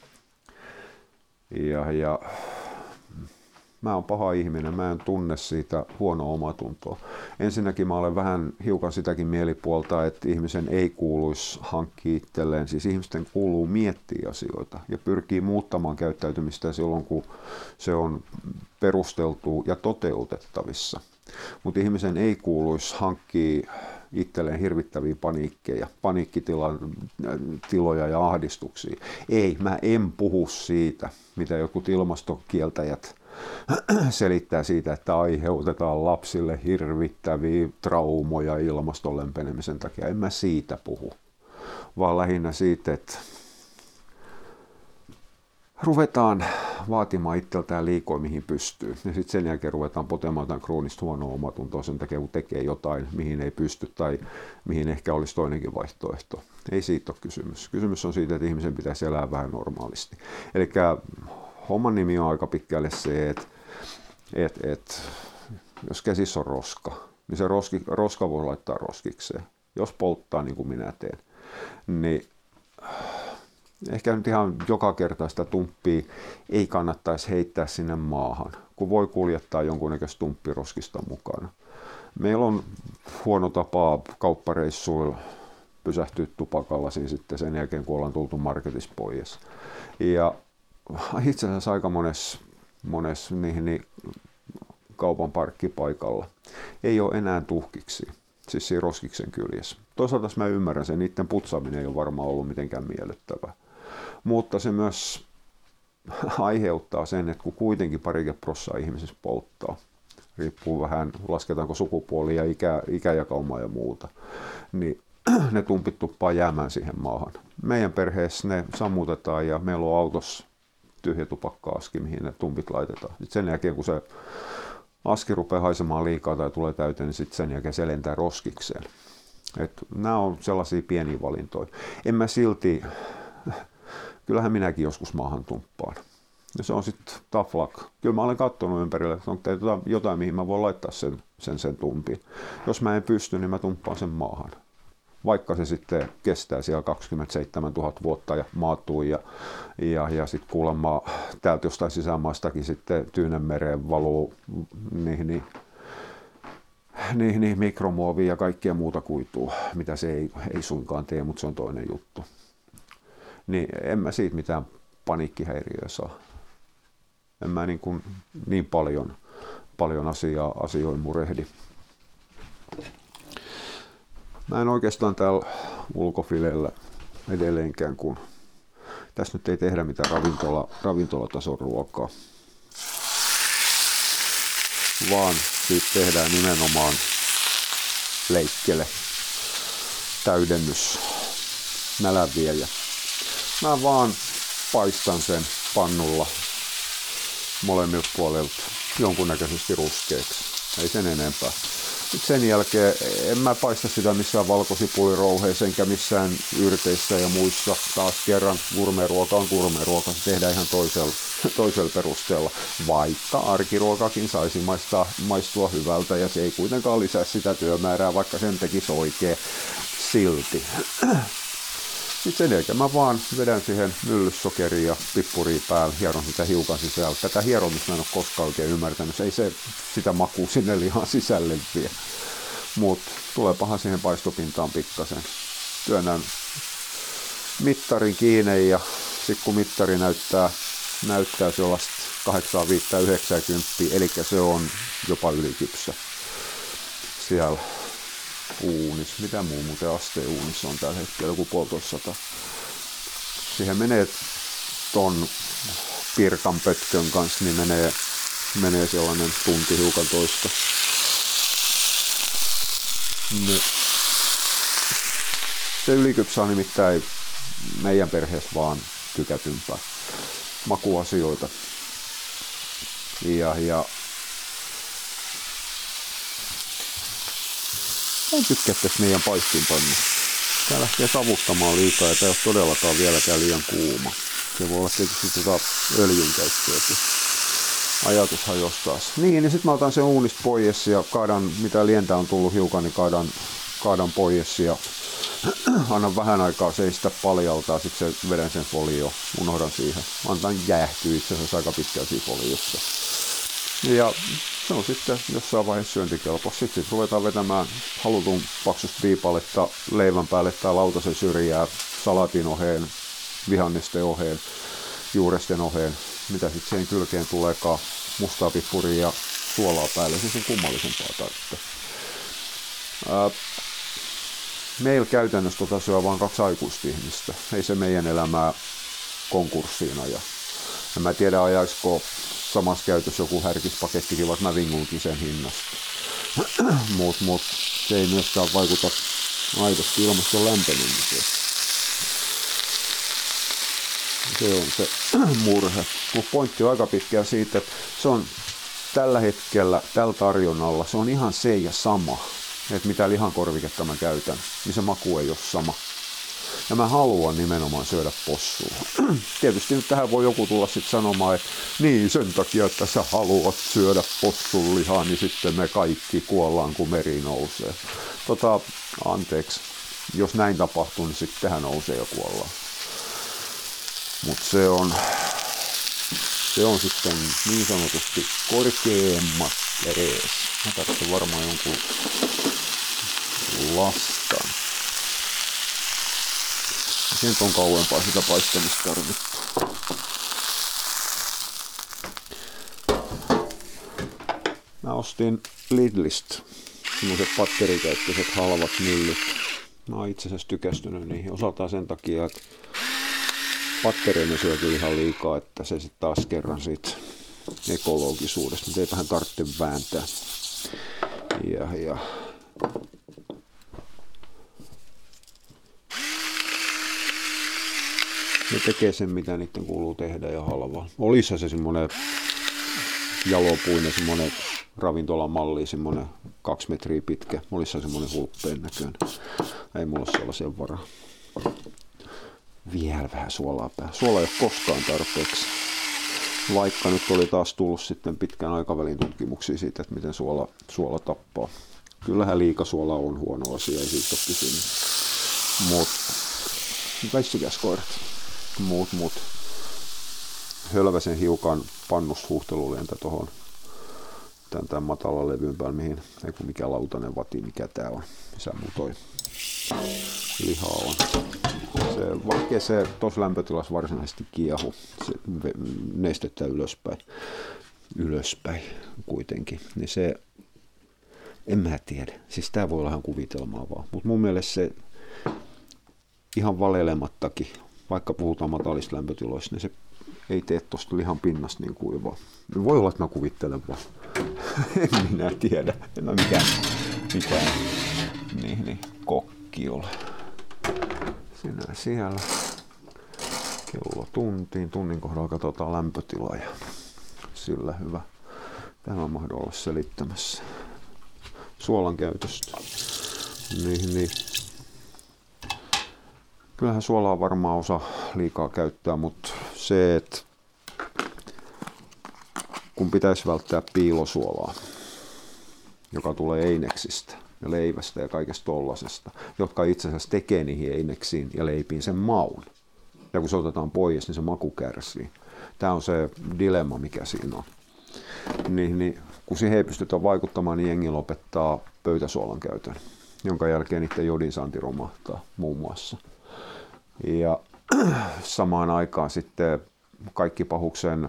Ja mä oon paha ihminen, mä en tunne siitä huonoa omatuntoa. Ensinnäkin mä olen vähän hiukan sitäkin mielipuolta, että ihmisen ei kuuluisi hankkia itselleen. Siis ihmisten kuuluu miettiä asioita ja pyrkii muuttamaan käyttäytymistä silloin, kun se on perusteltu ja toteutettavissa. Mutta ihmisen ei kuuluisi hankkia itselleen hirvittäviä paniikkitiloja ja ahdistuksia. Ei, mä en puhu siitä, mitä jotkut ilmastokieltäjät selittää siitä, että aiheutetaan lapsille hirvittäviä traumoja ilmaston lämpenemisen takia. En mä siitä puhu, vaan lähinnä siitä, että ruvetaan vaatimaan itseltään liikoja, mihin pystyy. Ja sitten sen jälkeen ruvetaan potemaan jotain kroonista huonoa omatuntoa sen takia, kun tekee jotain, mihin ei pysty tai mihin ehkä olisi toinenkin vaihtoehto. Ei siitä ole kysymys. Kysymys on siitä, että ihmisen pitäisi elää vähän normaalisti. Eli homman nimi on aika pitkälle se, että jos käsissä on roska, niin se roska voi laittaa roskikseen. Jos polttaa niin kuin minä teen, niin ehkä nyt ihan joka kerta sitä tumppia ei kannattaisi heittää sinne maahan, kun voi kuljettaa jonkunnäköistä tumppiroskista mukana. Meillä on huono tapa kauppareissuilla pysähtyä tupakalla sitten sen jälkeen, kun ollaan tultu marketissa pois. Ja itse asiassa aika monessa niin kaupan parkkipaikalla ei ole enää tuhkiksi, siis siinä roskiksen kyljessä. Toisaalta mä ymmärrän sen, niiden putsaaminen ei ole varmaan ollut mitenkään miellyttävää. Mutta se myös aiheuttaa sen, että kun kuitenkin 20% ihmisistä polttaa, riippuu vähän, lasketaanko sukupuoli ja ikäjakauma ja muuta, niin ne tumpit tuppaa jäämään siihen maahan. Meidän perheessä ne sammutetaan ja meillä on autossa tyhjä tupakka-aski, mihin ne tumpit laitetaan. Sitten sen jälkeen, kun se aski rupeaa haisemaan liikaa tai tulee täyteen, niin sitten sen jälkeen se lentää roskikseen. Nämä on sellaisia pieniä valintoja. En mä silti, kyllähän minäkin joskus maahan tumppaan. Ja se on sitten tough luck. Kyllä mä olen katsonut ympärille, että onko jotain, mihin mä voin laittaa sen tumpin. Jos mä en pysty, niin mä tumppaan sen maahan. Vaikka se sitten kestää siellä 27 000 vuotta ja maatuu ja sitten kuulemma täältä jostain sisämaistakin sitten Tyynenmereen valuu niihin mikromuovia ja kaikkea muuta kuitua, mitä se ei suinkaan tee, mutta se on toinen juttu. Niin en mä siitä mitään paniikkihäiriöä saa. En mä niin paljon asioihin murehdi. Mä en oikeastaan täällä ulkofileillä edelleenkään, kun tässä nyt ei tehdä mitään ravintolatason ruokaa, vaan siitä tehdään nimenomaan leikkele, täydennys, nälänviejä. Mä vaan paistan sen pannulla molemmilta puolelta jonkunnäköisesti ruskeaksi, ei sen enempää. Sitten sen jälkeen en mä paista sitä missään valkosipulirouheissa enkä missään yrteissä ja muissa. Taas kerran gourmetruoka on gourmetruoka, se tehdään ihan toisella perusteella. Vaikka arkiruokakin saisi maistua hyvältä ja se ei kuitenkaan lisää sitä työmäärää, vaikka sen tekisi oikein silti. Sitten sen jälkeen mä vaan vedän siihen myllyssokeria ja pippuria päälle, hieron sitä hiukan sisällä. Tätä hieromista mä en ole koskaan oikein ymmärtänyt, ei se sitä makua sinne lihan sisälle vie. Mutta tuleepahan siihen paistopintaan pikkasen. Työnnän mittarin kiinni ja sitten kun mittari näyttää sellaista 85-90, eli se on jopa ylikypsä siellä uunis. Mitä muu muuten asteen uunissa on tällä hetkellä, joku 150. Siihen menee ton pirkan pötkön kanssa, niin menee sellainen tunti hiukan toista. Se ylikypsä on nimittäin meidän perheessä vaan tykätympää makuasioita. Ja en tykkää tästä meidän paistinpannusta. Tää lähtee savuttamaan liikaa ja tää ei ole todellakaan vieläkään liian kuuma. Se voi olla tietysti öljyn käyttöäkin. Ajatus hajosi taas. Niin sit mä otan sen uunista pois ja kaadan, mitä lientä on tullut hiukan, niin kaadan pois ja annan vähän aikaa seistä paljaltaa, sit se vedän sen folioon, unohdan siihen. Antan jäähtyä itse asiassa aika pitkään siinä foliossa. Ja se on sitten jossain vaiheessa syöntikelpoista. Sitten ruvetaan vetämään halutun paksusta viipaletta leivän päälle tai lautasen syrjää salatin oheen, vihannisten oheen, juuresten oheen. Mitä sitten siihen kylkeen tuleekaan, mustaa pippuria ja suolaa päälle, siis on kummallisempaa tarvitse. Meillä käytännössä syö vain 2 aikuista ihmistä. Ei se meidän elämää konkurssiin aja. En mä tiedä ajaisiko samassa käytössä joku härkispakettikin, vaikka mä vingunkin sen hinnasta. Mut se ei myöskään vaikuta aidosti ilmaston lämpenemiseen. Se on se murhe. Mut pointti on aika pitkään siitä, että se on tällä hetkellä, tällä tarjonnalla, se on ihan se ja sama. Että mitä lihankorviketta mä käytän, niin se maku ei ole sama. Ja mä haluan nimenomaan syödä possua. Tietysti nyt tähän voi joku tulla sitten sanomaan, että niin sen takia, että sä haluat syödä possun lihaa, niin sitten me kaikki kuollaan, kun meri nousee. Anteeksi, jos näin tapahtuu, niin sitten tähän nousee ja kuollaan. Mutta se on sitten niin sanotusti korkeammat ees. Mä tarvitsen varmaan jonkun lastan. Sen on kauempaa sitä paistamista tarvittu. Mä ostin Lidlistä semmoiset patterikäyttöiset halvat myllyt. Mä oon itse asiassa tykästynyt niihin osaltaan sen takia, että pattereina syö kyllä ihan liikaa, että se sitten taas kerran siitä ekologisuudesta, mutta eipähän tarvitse vääntää. Ja. Ne tekee sen, mitä niiden kuuluu tehdä ja halvaa. Olisihan se semmoinen jalopuinen, semmoinen ravintolamalli, semmoinen 2 metriä pitkä. Olisihan semmoinen hulppeen näköinen. Ei mulla ole sellaisen varaa. Vielä vähän suolaa päällä. Suola ei ole koskaan tarpeeksi. Vaikka nyt oli taas tullut sitten pitkän aikavälin tutkimuksia siitä, että miten suola tappaa. Kyllähän liikasuola on huono asia, ei siitä ole kysymys. Mutta väistykäskoirat. Muut. Hölväsen hiukan pannushuhtelulientä tuohon tämän matalan levyn päällä, mihin, ei kun mikä lautanen vati, mikä tää on, missä muu toi liha on. Vaikkei se tuossa lämpötilassa varsinaisesti kiehu, se nestettä ylöspäin kuitenkin, niin se, en mä tiedä, siis tää voi olla ihan kuvitelmaa vaan, mutta mun mielestä se ihan valelemattakin, vaikka puhutaan matalista lämpötiloista, niin se ei tee tuosta lihan pinnasta niin kuivaa. Voi olla, että mä kuvittelen vaan. En minä tiedä. En mä mikään niin, kokki ole. Sinä siellä. Kello tunnin kohdalla katsotaan lämpötilaa ja sillä hyvä. Tämä mahdollista olla selittämässä suolan käytöstä. Niin. Kyllähän suolaa varmaan osa liikaa käyttää, mutta se, että kun pitäisi välttää piilosuolaa, joka tulee eineksistä ja leivästä ja kaikesta tollasesta, jotka itse asiassa tekee niihin eineksiin ja leipiin sen maun. Ja kun se otetaan pois, niin se maku kärsii. Tämä on se dilemma, mikä siinä on. Niin, kun siihen ei pystytä vaikuttamaan, niin jengi lopettaa pöytäsuolan käytön, jonka jälkeen niiden jodinsaanti romahtaa muun muassa. Ja samaan aikaan sitten kaikki pahuksen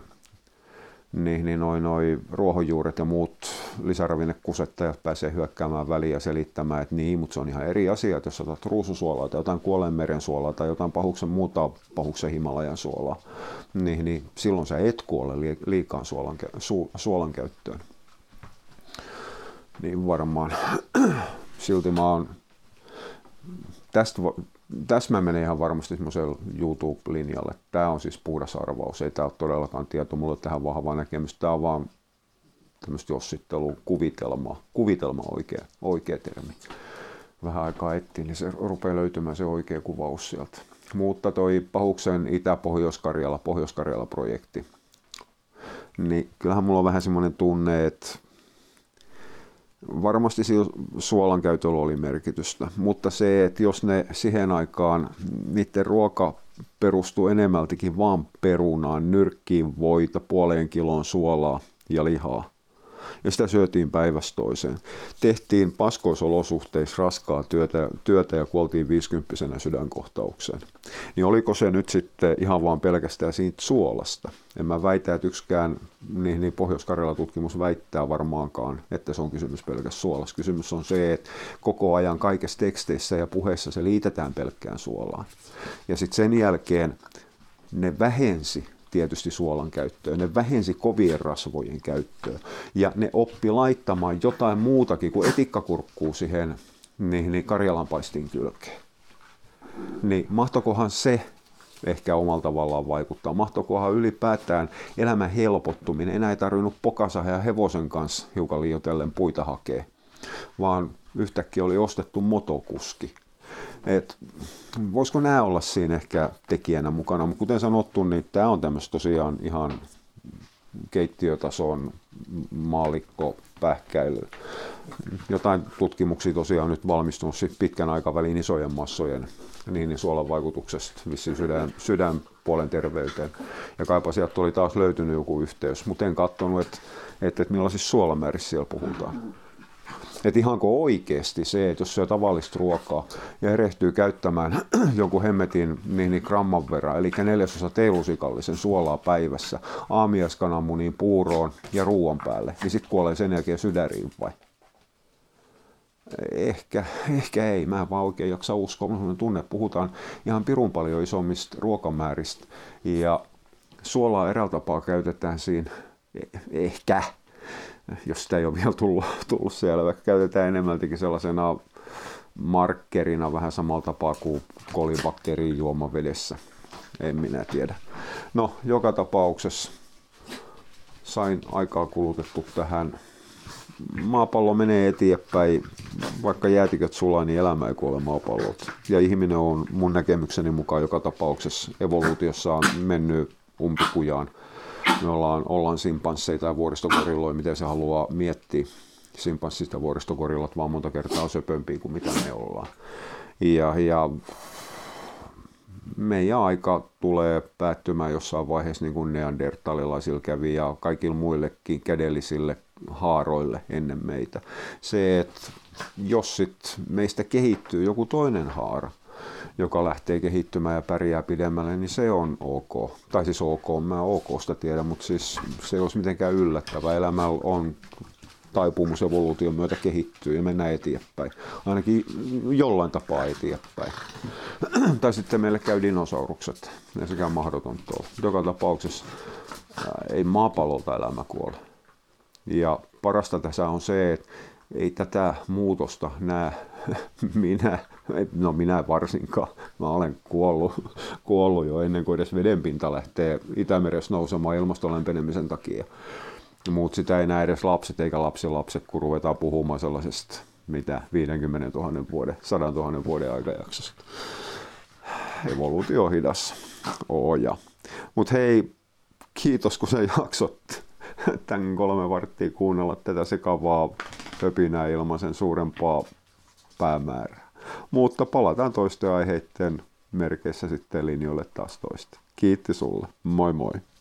noi ruohonjuuret ja muut lisäravinnekusettajat pääsee hyökkäämään väliin ja selittämään, että niin, mutta se on ihan eri asia, että jos otat ruususuolaa tai jotain Kuoleenmeren suolaa tai jotain muuta pahuksen Himalajan suolaa, niin silloin sä et kuole liikaa suolan käyttöön. Niin varmaan silti mä oon tässä mä menen ihan varmasti semmoiselle YouTube-linjalle. Tämä on siis puhdas arvaus. Ei tämä ole todellakaan tieto mulle tähän vahvaa näkemystä. Tämä on vaan tämmöistä jossittelua, kuvitelmaa. Kuvitelma oikea termi. Vähän aikaa ettiin, niin se rupeaa löytymään se oikea kuvaus sieltä. Mutta toi Pahuksen Itä-Pohjois-Karjala-Projekti. Niin kyllähän mulla on vähän semmoinen tunne, että varmasti suolan käytöllä oli merkitystä, mutta se, että jos ne siihen aikaan, niiden ruoka perustuu enemmältikin vaan perunaan, nyrkkiin voita, 0,5 kiloa suolaa ja lihaa. Ja sitä syötiin päivästä toiseen. Tehtiin paskoisolosuhteissa raskaa työtä ja kuoltiin 50-vuotiaana sydänkohtaukseen. Niin oliko se nyt sitten ihan vaan pelkästään siitä suolasta? En mä väitä, että yksikään niin Pohjois-Karjala-tutkimus väittää varmaankaan, että se on kysymys pelkästään suolasta. Kysymys on se, että koko ajan kaikissa teksteissä ja puheissa se liitetään pelkkään suolaan. Ja sitten sen jälkeen ne vähensi tietysti suolan käyttöön, ne vähensi kovien rasvojen käyttöön ja ne oppi laittamaan jotain muutakin kuin etikkakurkkuu siihen niin karjalanpaistin kylkeen. Niin mahtokohan se ehkä omalla tavallaan vaikuttaa. Mahtokohan ylipäätään elämän helpottuminen. Enää ei tarvinnut pokasahan ja hevosen kanssa hiukan liioitellen puita hakea, vaan yhtäkkiä oli ostettu motokuski. Et voisiko nämä olla siinä ehkä tekijänä mukana, mutta kuten sanottu, niin tämä on tämmöistä tosiaan ihan keittiötason maallikkopähkäily. Jotain tutkimuksia tosiaan on nyt valmistunut pitkän aikavälin isojen massojen niin suolan vaikutuksesta vissiin sydänpuolen terveyteen. Ja kaipa sieltä oli taas löytynyt joku yhteys, mutta en katsonut, että millaisissa suolamäärissä siellä puhutaan. Että ihanko oikeasti se, että jos syö tavallista ruokaa ja erehtyy käyttämään jonkun hemmetin niin gramman verran, eli 4/4 teelusikallisen suolaa päivässä, aamiaiskananmuniin, puuroon ja ruoan päälle, niin sitten kuolee sen jälkeen sydäriin vai? Ehkä ei. Mä en vaan oikein jaksa uskoa. Mun tunne, puhutaan ihan pirun paljon isommista ruokamääristä. Ja suolaa eräällä tapaa käytetään siinä ehkä, jos sitä ei ole vielä tullut selvä, käytetään enemmältikin sellaisena markkerina vähän samalla tapaa kuin kolibakteeriin juomavedessä. En minä tiedä. No, joka tapauksessa sain aikaa kulutettu tähän. Maapallo menee eteenpäin, vaikka jäätiköt sulaa, niin elämä ei kuole maapallolta. Ja ihminen on mun näkemykseni mukaan joka tapauksessa evoluutiossa on mennyt umpikujaan. Me ollaan simpansseita ja vuoristogorilloja, miten se haluaa miettiä. Simpanssit ja vuoristogorillat vaan monta kertaa söpömpiä kuin mitä me ollaan. Ja meidän aika tulee päättymään jossain vaiheessa niin kuin neandertalilaisilla kävi ja kaikilla muillekin kädellisille haaroille ennen meitä. Se, että jos sit meistä kehittyy joku toinen haara, joka lähtee kehittymään ja pärjää pidemmälle, niin se on ok. Tai siis ok, mä en okosta tiedä, mutta siis se ei olisi mitenkään yllättävää. Elämällä on taipumus evoluution myötä kehittyy ja mennään eteenpäin. Ainakin jollain tapaa eteenpäin. Tai sitten meille käy dinosaurukset. Ei sekään mahdotonta ole. Joka tapauksessa ei maapallolta elämä kuole. Ja parasta tässä on se, että ei tätä muutosta näe minä varsinkaan. Mä olen kuollut jo ennen kuin edes vedenpinta lähtee Itämeressä nousemaan ilmaston lämpenemisen takia. Mutta sitä ei näe edes lapset eikä lapsenlapset, kun ruvetaan puhumaan sellaisesta 50 000 vuoden, 100 000 vuoden aikajaksosta. Evoluutio on hidas. Mutta hei, kiitos kun sä jaksot tämän 3 varttia kuunnella tätä sekavaa höpinää ilman sen suurempaa päämäärää. Mutta palataan toisten aiheiden merkeissä sitten linjoille taas toista. Kiitti sulle. Moi moi.